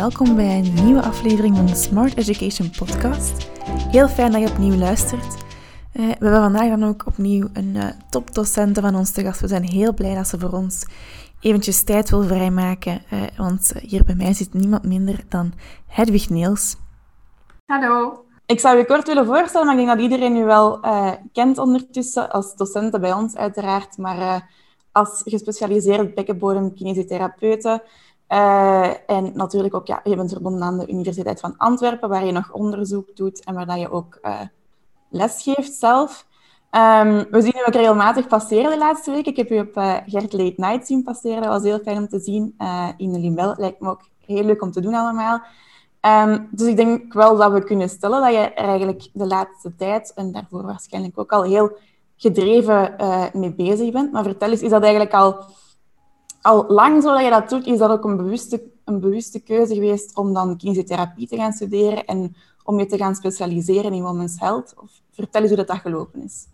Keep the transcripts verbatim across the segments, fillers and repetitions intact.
welkom bij een nieuwe aflevering van de Smart Education Podcast. Heel fijn dat je opnieuw luistert. Uh, we hebben vandaag dan ook opnieuw een uh, topdocenten van ons te gast. We zijn heel blij dat ze voor ons eventjes tijd wil vrijmaken, uh, want hier bij mij zit niemand minder dan Hedwig Neels. Hallo. Ik zou je kort willen voorstellen, maar ik denk dat iedereen u wel uh, kent ondertussen als docenten bij ons uiteraard, maar uh, als gespecialiseerd bekkenbodem-kinesitherapeute. Uh, en natuurlijk ook, ja, je bent verbonden aan de Universiteit van Antwerpen, waar je nog onderzoek doet en waar dat je ook uh, les geeft zelf. Um, we zien u ook regelmatig passeren de laatste week. Ik heb u op uh, Gert Late Night zien passeren. Dat was heel fijn om te zien uh, in de Limbel. Lijkt me ook heel leuk om te doen allemaal. Um, dus ik denk wel dat we kunnen stellen dat je er eigenlijk de laatste tijd, en daarvoor waarschijnlijk ook al heel gedreven uh, mee bezig bent. Maar vertel eens, is dat eigenlijk al, al lang zo dat je dat doet? Is dat ook een bewuste, een bewuste keuze geweest om dan kinesiotherapie te gaan studeren en om je te gaan specialiseren in Women's Health? Of vertel eens hoe dat, dat gelopen is.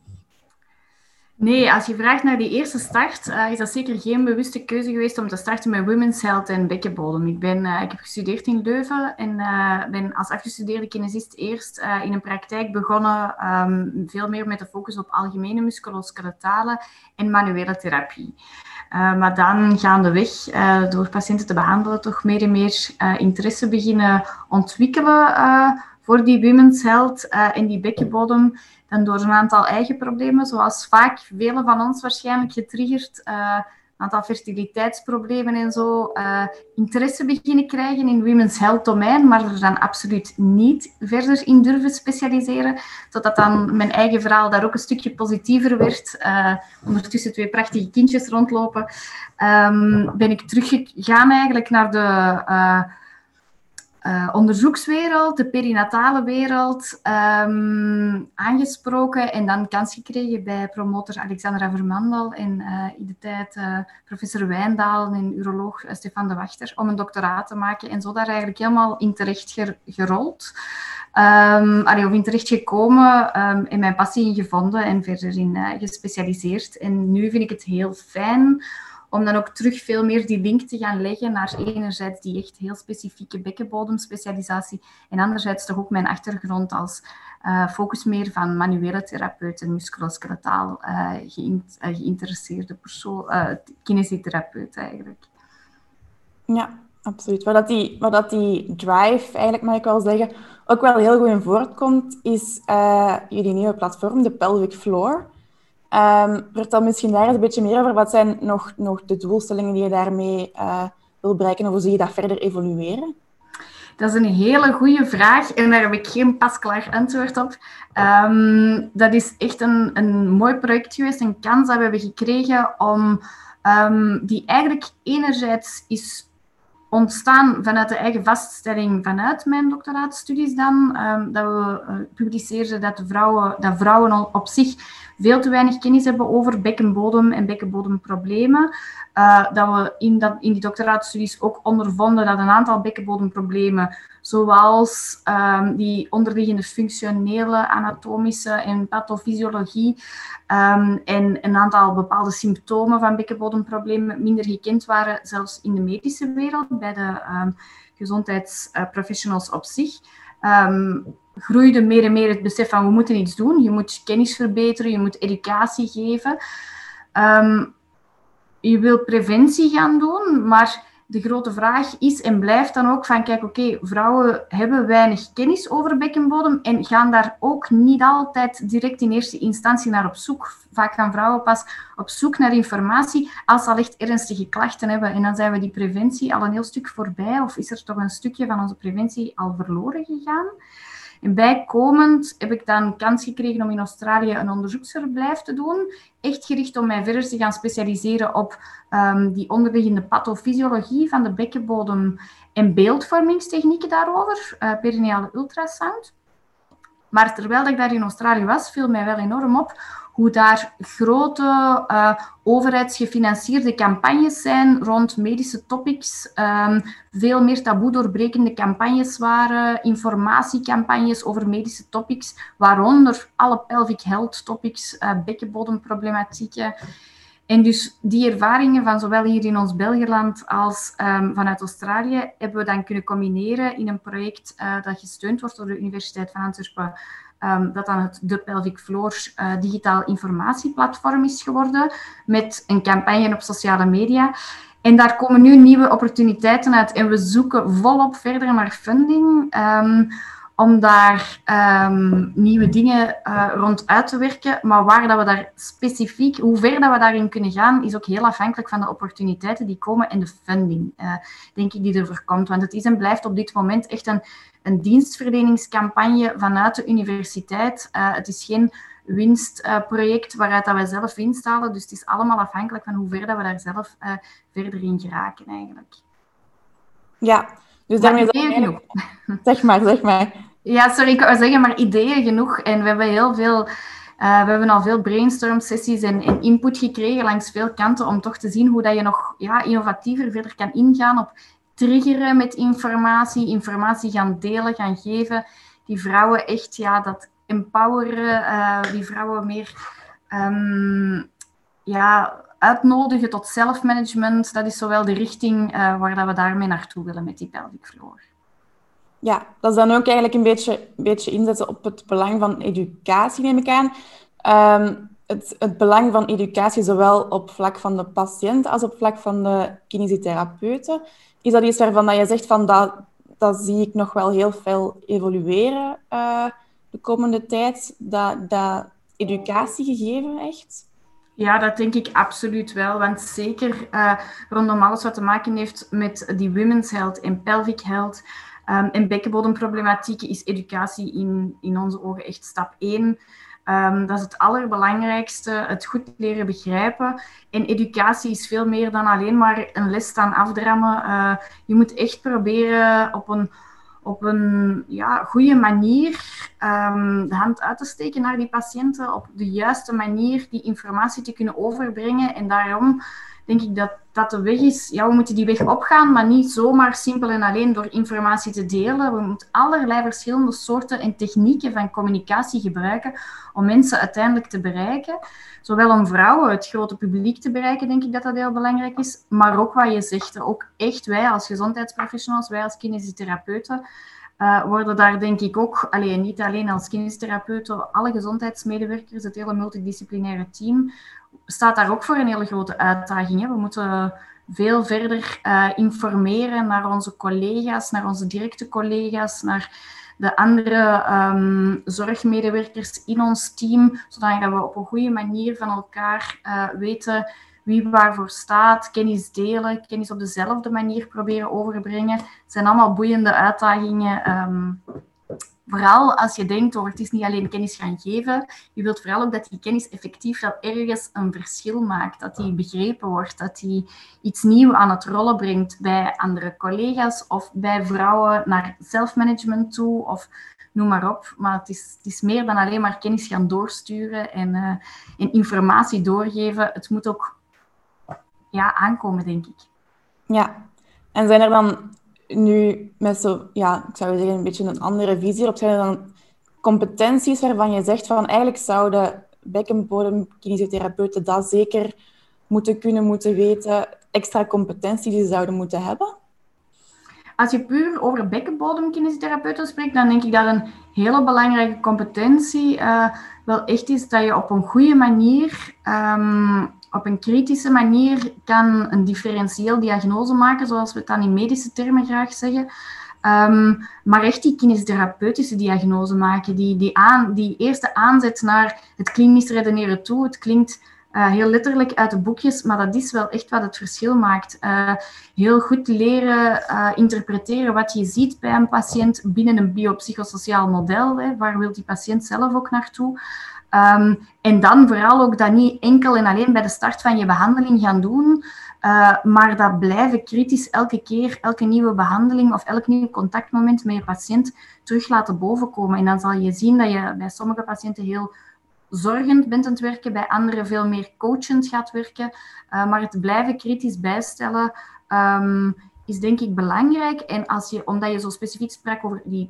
Nee, als je vraagt naar die eerste start, uh, is dat zeker geen bewuste keuze geweest om te starten met Women's Health en bekkenbodem. Ik, ben, uh, ik heb gestudeerd in Leuven en uh, ben als afgestudeerde kinesist eerst uh, in een praktijk begonnen, um, veel meer met de focus op algemene musculoskeletale en manuele therapie. Uh, maar dan gaandeweg, uh, door patiënten te behandelen, toch meer en meer uh, interesse beginnen ontwikkelen uh, voor die Women's Health uh, en die bekkenbodem. En door een aantal eigen problemen, zoals vaak velen van ons waarschijnlijk getriggerd, uh, een aantal fertiliteitsproblemen en zo, uh, interesse beginnen krijgen in Women's Health domein, maar er dan absoluut niet verder in durven specialiseren, totdat dan mijn eigen verhaal daar ook een stukje positiever werd. Uh, ondertussen twee prachtige kindjes rondlopen. Um, ben ik teruggegaan eigenlijk naar de... Uh, Uh, onderzoekswereld, de perinatale wereld, um, aangesproken en dan kans gekregen bij promotor Alexandra Vermandel en uh, in de tijd uh, professor Wijndaal en uroloog uh, Stefan de Wachter om een doctoraat te maken en zo daar eigenlijk helemaal in terecht ger- gerold. Um, allee, of in terecht gekomen um, en mijn passie in gevonden en verder in uh, gespecialiseerd. En nu vind ik het heel fijn om dan ook terug veel meer die link te gaan leggen naar enerzijds die echt heel specifieke bekkenbodemspecialisatie en anderzijds toch ook mijn achtergrond als uh, focus meer van manuele therapeut en musculoskeletaal uh, geïnt- uh, geïnteresseerde persoon, uh, kinesitherapeut eigenlijk. Ja, absoluut. Waar dat die, waar dat die drive, eigenlijk mag ik wel zeggen, ook wel heel goed in voortkomt, is uh, jullie nieuwe platform, de Pelvic Floor. Um, vertel misschien daar eens een beetje meer over. Wat zijn nog, nog de doelstellingen die je daarmee uh, wil bereiken? Of hoe zie je dat verder evolueren? Dat is een hele goede vraag en daar heb ik geen pasklaar antwoord op. Um, dat is echt een, een mooi project geweest, een kans dat we hebben gekregen om um, die eigenlijk enerzijds is ontstaan vanuit de eigen vaststelling vanuit mijn doctoraatstudies dan, um, dat we uh, publiceerden dat, de vrouwen, dat vrouwen op zich veel te weinig kennis hebben over bekkenbodem en bekkenbodemproblemen. Uh, dat we in, dat, in die doctoraatstudies ook ondervonden dat een aantal bekkenbodemproblemen, zoals um, die onderliggende functionele, anatomische en pathofysiologie um, en een aantal bepaalde symptomen van bekkenbodemproblemen minder gekend waren, zelfs in de medische wereld, bij de um, gezondheidsprofessionals op zich. Um, groeide meer en meer het besef van we moeten iets doen. Je moet kennis verbeteren, je moet educatie geven. Um, je wil preventie gaan doen, maar de grote vraag is en blijft dan ook van kijk, oké, okay, vrouwen hebben weinig kennis over bekkenbodem en gaan daar ook niet altijd direct in eerste instantie naar op zoek. Vaak gaan vrouwen pas op zoek naar informatie als ze al echt ernstige klachten hebben. En dan zijn we die preventie al een heel stuk voorbij of is er toch een stukje van onze preventie al verloren gegaan. En bijkomend heb ik dan kans gekregen om in Australië een onderzoeksverblijf te doen. Echt gericht om mij verder te gaan specialiseren op um, die onderliggende pathofysiologie van de bekkenbodem en beeldvormingstechnieken daarover, uh, perineale ultrasound. Maar terwijl ik daar in Australië was, viel mij wel enorm op hoe daar grote uh, overheidsgefinancierde campagnes zijn rond medische topics. Um, veel meer taboe doorbrekende campagnes waren, informatiecampagnes over medische topics, waaronder alle pelvic health topics, uh, bekkenbodemproblematieken. En dus die ervaringen van zowel hier in ons Belgiland als um, vanuit Australië hebben we dan kunnen combineren in een project uh, dat gesteund wordt door de Universiteit van Antwerpen, um, dat dan het De Pelvic Floor uh, digitaal informatieplatform is geworden, met een campagne op sociale media. En daar komen nu nieuwe opportuniteiten uit en we zoeken volop verder naar funding um, om daar um, nieuwe dingen uh, rond uit te werken. Maar waar dat we daar specifiek, hoe ver dat we daarin kunnen gaan, is ook heel afhankelijk van de opportuniteiten die komen en de funding, uh, denk ik, die ervoor komt. Want het is en blijft op dit moment echt een, een dienstverleningscampagne vanuit de universiteit. Uh, het is geen winstproject uh, waaruit dat wij zelf winst halen. Dus het is allemaal afhankelijk van hoe ver dat we daar zelf uh, verder in geraken eigenlijk. Ja, dus maar daarmee ideeën genoeg. Zeg maar, zeg maar. Ja, sorry, ik wou zeggen, maar ideeën genoeg. En we hebben heel veel, uh, we hebben al veel brainstorm sessies en, en input gekregen langs veel kanten om toch te zien hoe dat je nog ja, innovatiever verder kan ingaan op triggeren met informatie, informatie gaan delen, gaan geven. Die vrouwen echt, ja, dat empoweren, uh, die vrouwen meer um, ja, uitnodigen tot zelfmanagement. Dat is zowel de richting uh, waar dat we daarmee naartoe willen met die pelvic floor. Ja, dat is dan ook eigenlijk een beetje, een beetje inzetten op het belang van educatie, neem ik aan. Um, het, het belang van educatie, zowel op vlak van de patiënt als op vlak van de kinesitherapeuten. Is dat iets waarvan dat je zegt van dat, dat zie ik nog wel heel veel evolueren uh, de komende tijd, dat, dat educatiegegeven echt? Ja, dat denk ik absoluut wel. Want zeker uh, rondom alles wat te maken heeft met die women's health en pelvic health um, en bekkenbodemproblematieken is educatie in, in onze ogen echt stap één. Um, dat is het allerbelangrijkste, het goed leren begrijpen. En educatie is veel meer dan alleen maar een les staan afdrammen. Uh, je moet echt proberen op een op een ja, goede manier um, de hand uit te steken naar die patiënten, op de juiste manier die informatie te kunnen overbrengen. En daarom denk ik dat dat de weg is. Ja, we moeten die weg opgaan, maar niet zomaar simpel en alleen door informatie te delen. We moeten allerlei verschillende soorten en technieken van communicatie gebruiken om mensen uiteindelijk te bereiken. Zowel om vrouwen, het grote publiek te bereiken, denk ik dat dat heel belangrijk is. Maar ook wat je zegt, ook echt wij als gezondheidsprofessionals, wij als kinesitherapeuten, uh, worden daar denk ik ook, allee, niet alleen als kinesitherapeuten, alle gezondheidsmedewerkers, het hele multidisciplinaire team, staat daar ook voor een hele grote uitdaging. Hè. We moeten veel verder uh, informeren naar onze collega's, naar onze directe collega's, naar de andere um, zorgmedewerkers in ons team, zodat we op een goede manier van elkaar uh, weten wie waarvoor staat, kennis delen, kennis op dezelfde manier proberen overbrengen. Het zijn allemaal boeiende uitdagingen. Um, Vooral als je denkt over het is niet alleen kennis gaan geven, je wilt vooral ook dat die kennis effectief wel ergens een verschil maakt, dat die begrepen wordt, dat die iets nieuws aan het rollen brengt bij andere collega's of bij vrouwen naar zelfmanagement toe of noem maar op. Maar het is, het is meer dan alleen maar kennis gaan doorsturen en, uh, en informatie doorgeven. Het moet ook ja, aankomen, denk ik. Ja, en zijn er dan nu met zo, ja, ik zou zeggen een beetje een andere visie op, zijn er dan competenties waarvan je zegt van eigenlijk zouden bekkenbodemkinesiotherapeuten dat zeker moeten kunnen, moeten weten, extra competenties die ze zouden moeten hebben? Als je puur over bekkenbodemkinesiotherapeuten spreekt, dan denk ik dat een hele belangrijke competentie uh, wel echt is dat je op een goede manier, um, op een kritische manier kan een differentieel diagnose maken, zoals we het dan in medische termen graag zeggen. Um, maar echt die kinesiotherapeutische diagnose maken, die, die, aan, die eerste aanzet naar het klinisch redeneren toe. Het klinkt uh, heel letterlijk uit de boekjes, maar dat is wel echt wat het verschil maakt. Uh, heel goed leren uh, interpreteren wat je ziet bij een patiënt binnen een biopsychosociaal model. Hè. Waar wil die patiënt zelf ook naartoe? Um, en dan vooral ook dat niet enkel en alleen bij de start van je behandeling gaan doen, uh, maar dat blijven kritisch elke keer, elke nieuwe behandeling of elk nieuw contactmoment met je patiënt terug laten bovenkomen. En dan zal je zien dat je bij sommige patiënten heel zorgend bent aan het werken, bij anderen veel meer coachend gaat werken. Uh, maar het blijven kritisch bijstellen um, is denk ik belangrijk. En als je, omdat je zo specifiek sprak over die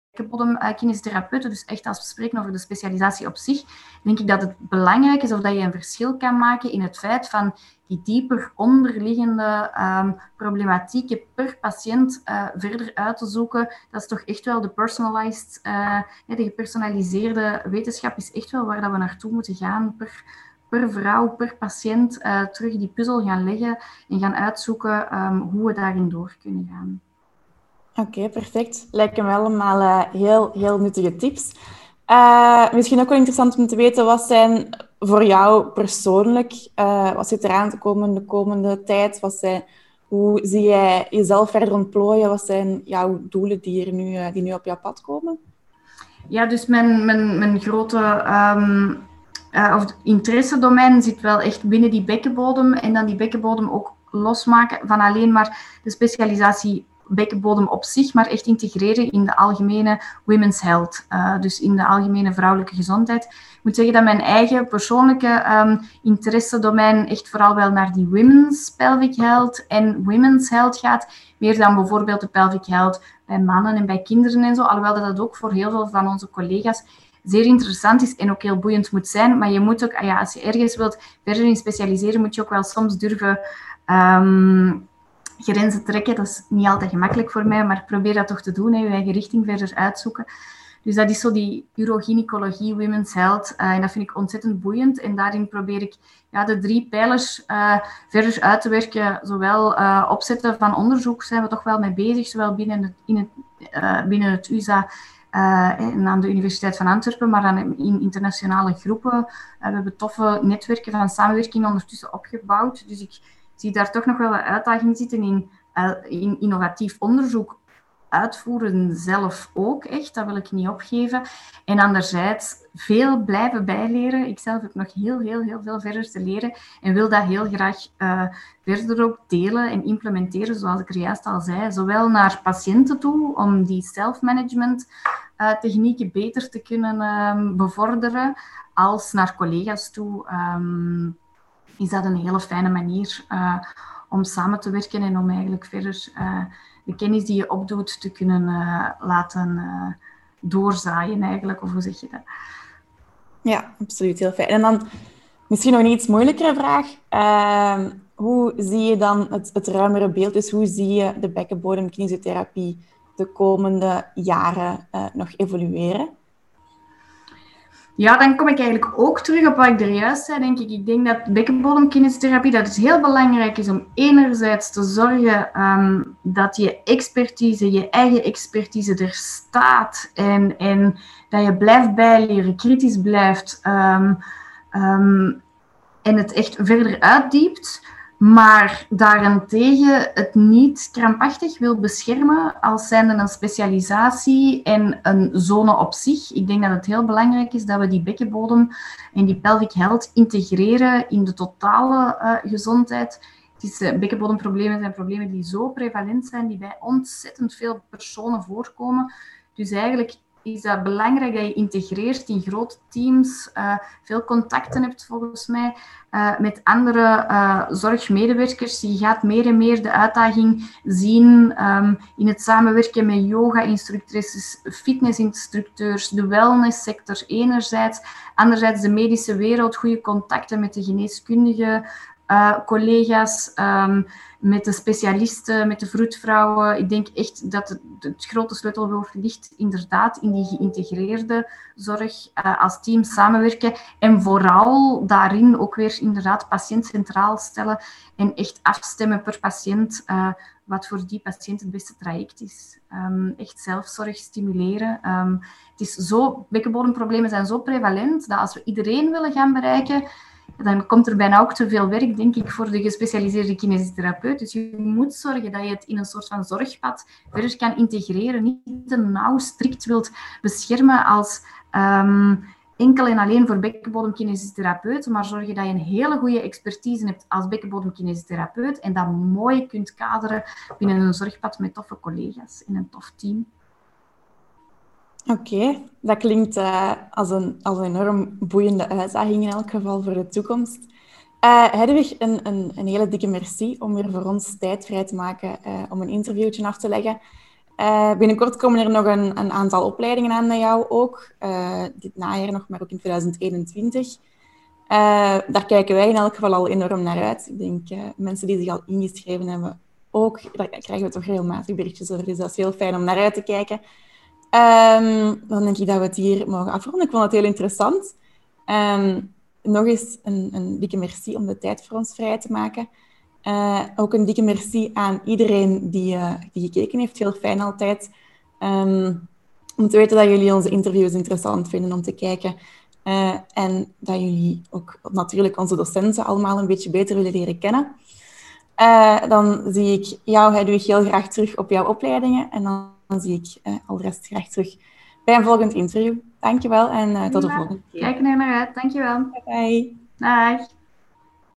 bekkenbodemkinesiotherapeuten, dus echt als we spreken over de specialisatie op zich, denk ik dat het belangrijk is of dat je een verschil kan maken in het feit van die dieper onderliggende um, problematieken per patiënt uh, verder uit te zoeken. Dat is toch echt wel de personalized, uh, de gepersonaliseerde wetenschap is echt wel waar dat we naartoe moeten gaan per, per vrouw, per patiënt, uh, terug die puzzel gaan leggen en gaan uitzoeken um, hoe we daarin door kunnen gaan. Oké, okay, perfect. Lijken me allemaal uh, heel, heel nuttige tips. Uh, misschien ook wel interessant om te weten, wat zijn voor jou persoonlijk, uh, wat zit eraan te komen de komende tijd? Wat zijn, hoe zie jij jezelf verder ontplooien? Wat zijn jouw doelen die, er nu, uh, die nu op jouw pad komen? Ja, dus mijn, mijn, mijn grote um, uh, of interessedomein zit wel echt binnen die bekkenbodem en dan die bekkenbodem ook losmaken van alleen maar de specialisatie bekkenbodem op zich, maar echt integreren in de algemene women's health. Uh, dus in de algemene vrouwelijke gezondheid. Ik moet zeggen dat mijn eigen persoonlijke um, interessedomein echt vooral wel naar die women's pelvic health en women's health gaat, meer dan bijvoorbeeld de pelvic health bij mannen en bij kinderen en zo, alhoewel dat, dat ook voor heel veel van onze collega's zeer interessant is en ook heel boeiend moet zijn. Maar je moet ook, ja, als je ergens wilt verder in specialiseren, moet je ook wel soms durven Um, grenzen trekken. Dat is niet altijd gemakkelijk voor mij, maar ik probeer dat toch te doen, hè, je eigen richting verder uitzoeken. Dus dat is zo die urogynecologie, women's health, uh, en dat vind ik ontzettend boeiend. En daarin probeer ik ja, de drie pijlers uh, verder uit te werken, zowel uh, opzetten van onderzoek zijn we toch wel mee bezig, zowel binnen het, in het, uh, binnen het U S A uh, en aan de Universiteit van Antwerpen, maar dan in internationale groepen. Uh, we hebben toffe netwerken van samenwerking ondertussen opgebouwd, dus ik zie daar toch nog wel wat uitdaging zitten in, uh, in innovatief onderzoek uitvoeren zelf ook echt, dat wil ik niet opgeven. En anderzijds veel blijven bijleren. Ik zelf heb nog heel, heel, heel veel verder te leren en wil dat heel graag uh, verder ook delen en implementeren, zoals ik er juist al zei, zowel naar patiënten toe, om die self-management uh, technieken beter te kunnen uh, bevorderen, als naar collega's toe. Um, is dat een hele fijne manier uh, om samen te werken en om eigenlijk verder uh, de kennis die je opdoet te kunnen uh, laten uh, doorzaaien eigenlijk, of hoe zeg je dat? Ja, absoluut. Heel fijn. En dan misschien nog een iets moeilijkere vraag. Uh, hoe zie je dan het, het ruimere beeld? Dus hoe zie je de bekkenbodemkinesiotherapie de komende jaren uh, nog evolueren? Ja, dan kom ik eigenlijk ook terug op wat ik er juist zei, denk ik. Ik denk dat bekkenbodemkinesiotherapie, dat het heel belangrijk is om enerzijds te zorgen um, dat je expertise, je eigen expertise er staat en, en dat je blijft bijleren, kritisch blijft um, um, en het echt verder uitdiept. Maar daarentegen het niet krampachtig wil beschermen als zijnde een specialisatie en een zone op zich. Ik denk dat het heel belangrijk is dat we die bekkenbodem en die pelvic health integreren in de totale uh, gezondheid. Het is, uh, bekkenbodemproblemen zijn problemen die zo prevalent zijn, die bij ontzettend veel personen voorkomen. Dus eigenlijk is dat belangrijk dat je integreert in grote teams, uh, veel contacten hebt volgens mij uh, met andere uh, zorgmedewerkers. Je gaat meer en meer de uitdaging zien um, in het samenwerken met yoga-instructeurs, fitnessinstructeurs, de wellnesssector enerzijds, anderzijds de medische wereld, goede contacten met de geneeskundige uh, collega's, um, met de specialisten, met de vroedvrouwen. Ik denk echt dat het, het grote sleutelwoord ligt inderdaad in die geïntegreerde zorg, uh, als team samenwerken en vooral daarin ook weer inderdaad patiënt centraal stellen en echt afstemmen per patiënt uh, wat voor die patiënt het beste traject is. Um, echt zelfzorg stimuleren. Um, het is zo, bekkenbodemproblemen zijn zo prevalent dat als we iedereen willen gaan bereiken, dan komt er bijna ook te veel werk, denk ik, voor de gespecialiseerde kinesitherapeut. Dus je moet zorgen dat je het in een soort van zorgpad verder kan integreren. Niet te nauw strikt wilt beschermen als um, enkel en alleen voor bekkenbodemkinesitherapeuten, maar zorgen dat je een hele goede expertise hebt als bekkenbodemkinesitherapeut en dat mooi kunt kaderen binnen een zorgpad met toffe collega's in een tof team. Oké, okay, dat klinkt uh, als, een, als een enorm boeiende uitdaging in elk geval voor de toekomst. Uh, Hedwig, een, een, een hele dikke merci om weer voor ons tijd vrij te maken uh, om een interviewtje af te leggen. Uh, binnenkort komen er nog een, een aantal opleidingen aan met jou ook. Uh, dit najaar nog, maar ook in twintig eenentwintig. Uh, daar kijken wij in elk geval al enorm naar uit. Ik denk uh, mensen die zich al ingeschreven hebben ook. Daar krijgen we toch regelmatig berichtjes over. Dus dat is heel fijn om naar uit te kijken. Um, dan denk ik dat we het hier mogen afronden. Ik vond het heel interessant. Um, nog eens een, een dikke merci om de tijd voor ons vrij te maken. Uh, ook een dikke merci aan iedereen die, uh, die gekeken heeft. Heel fijn altijd. Um, om te weten dat jullie onze interviews interessant vinden om te kijken. Uh, en dat jullie ook natuurlijk onze docenten allemaal een beetje beter willen leren kennen. Uh, dan zie ik jou, Hedwig, heel graag terug op jouw opleidingen. En dan, dan zie ik uh, al de rest graag terug bij een volgend interview. Dankjewel en uh, tot de volgende keer. Kijk er naar uit. Dankjewel. Bye bye. Dag.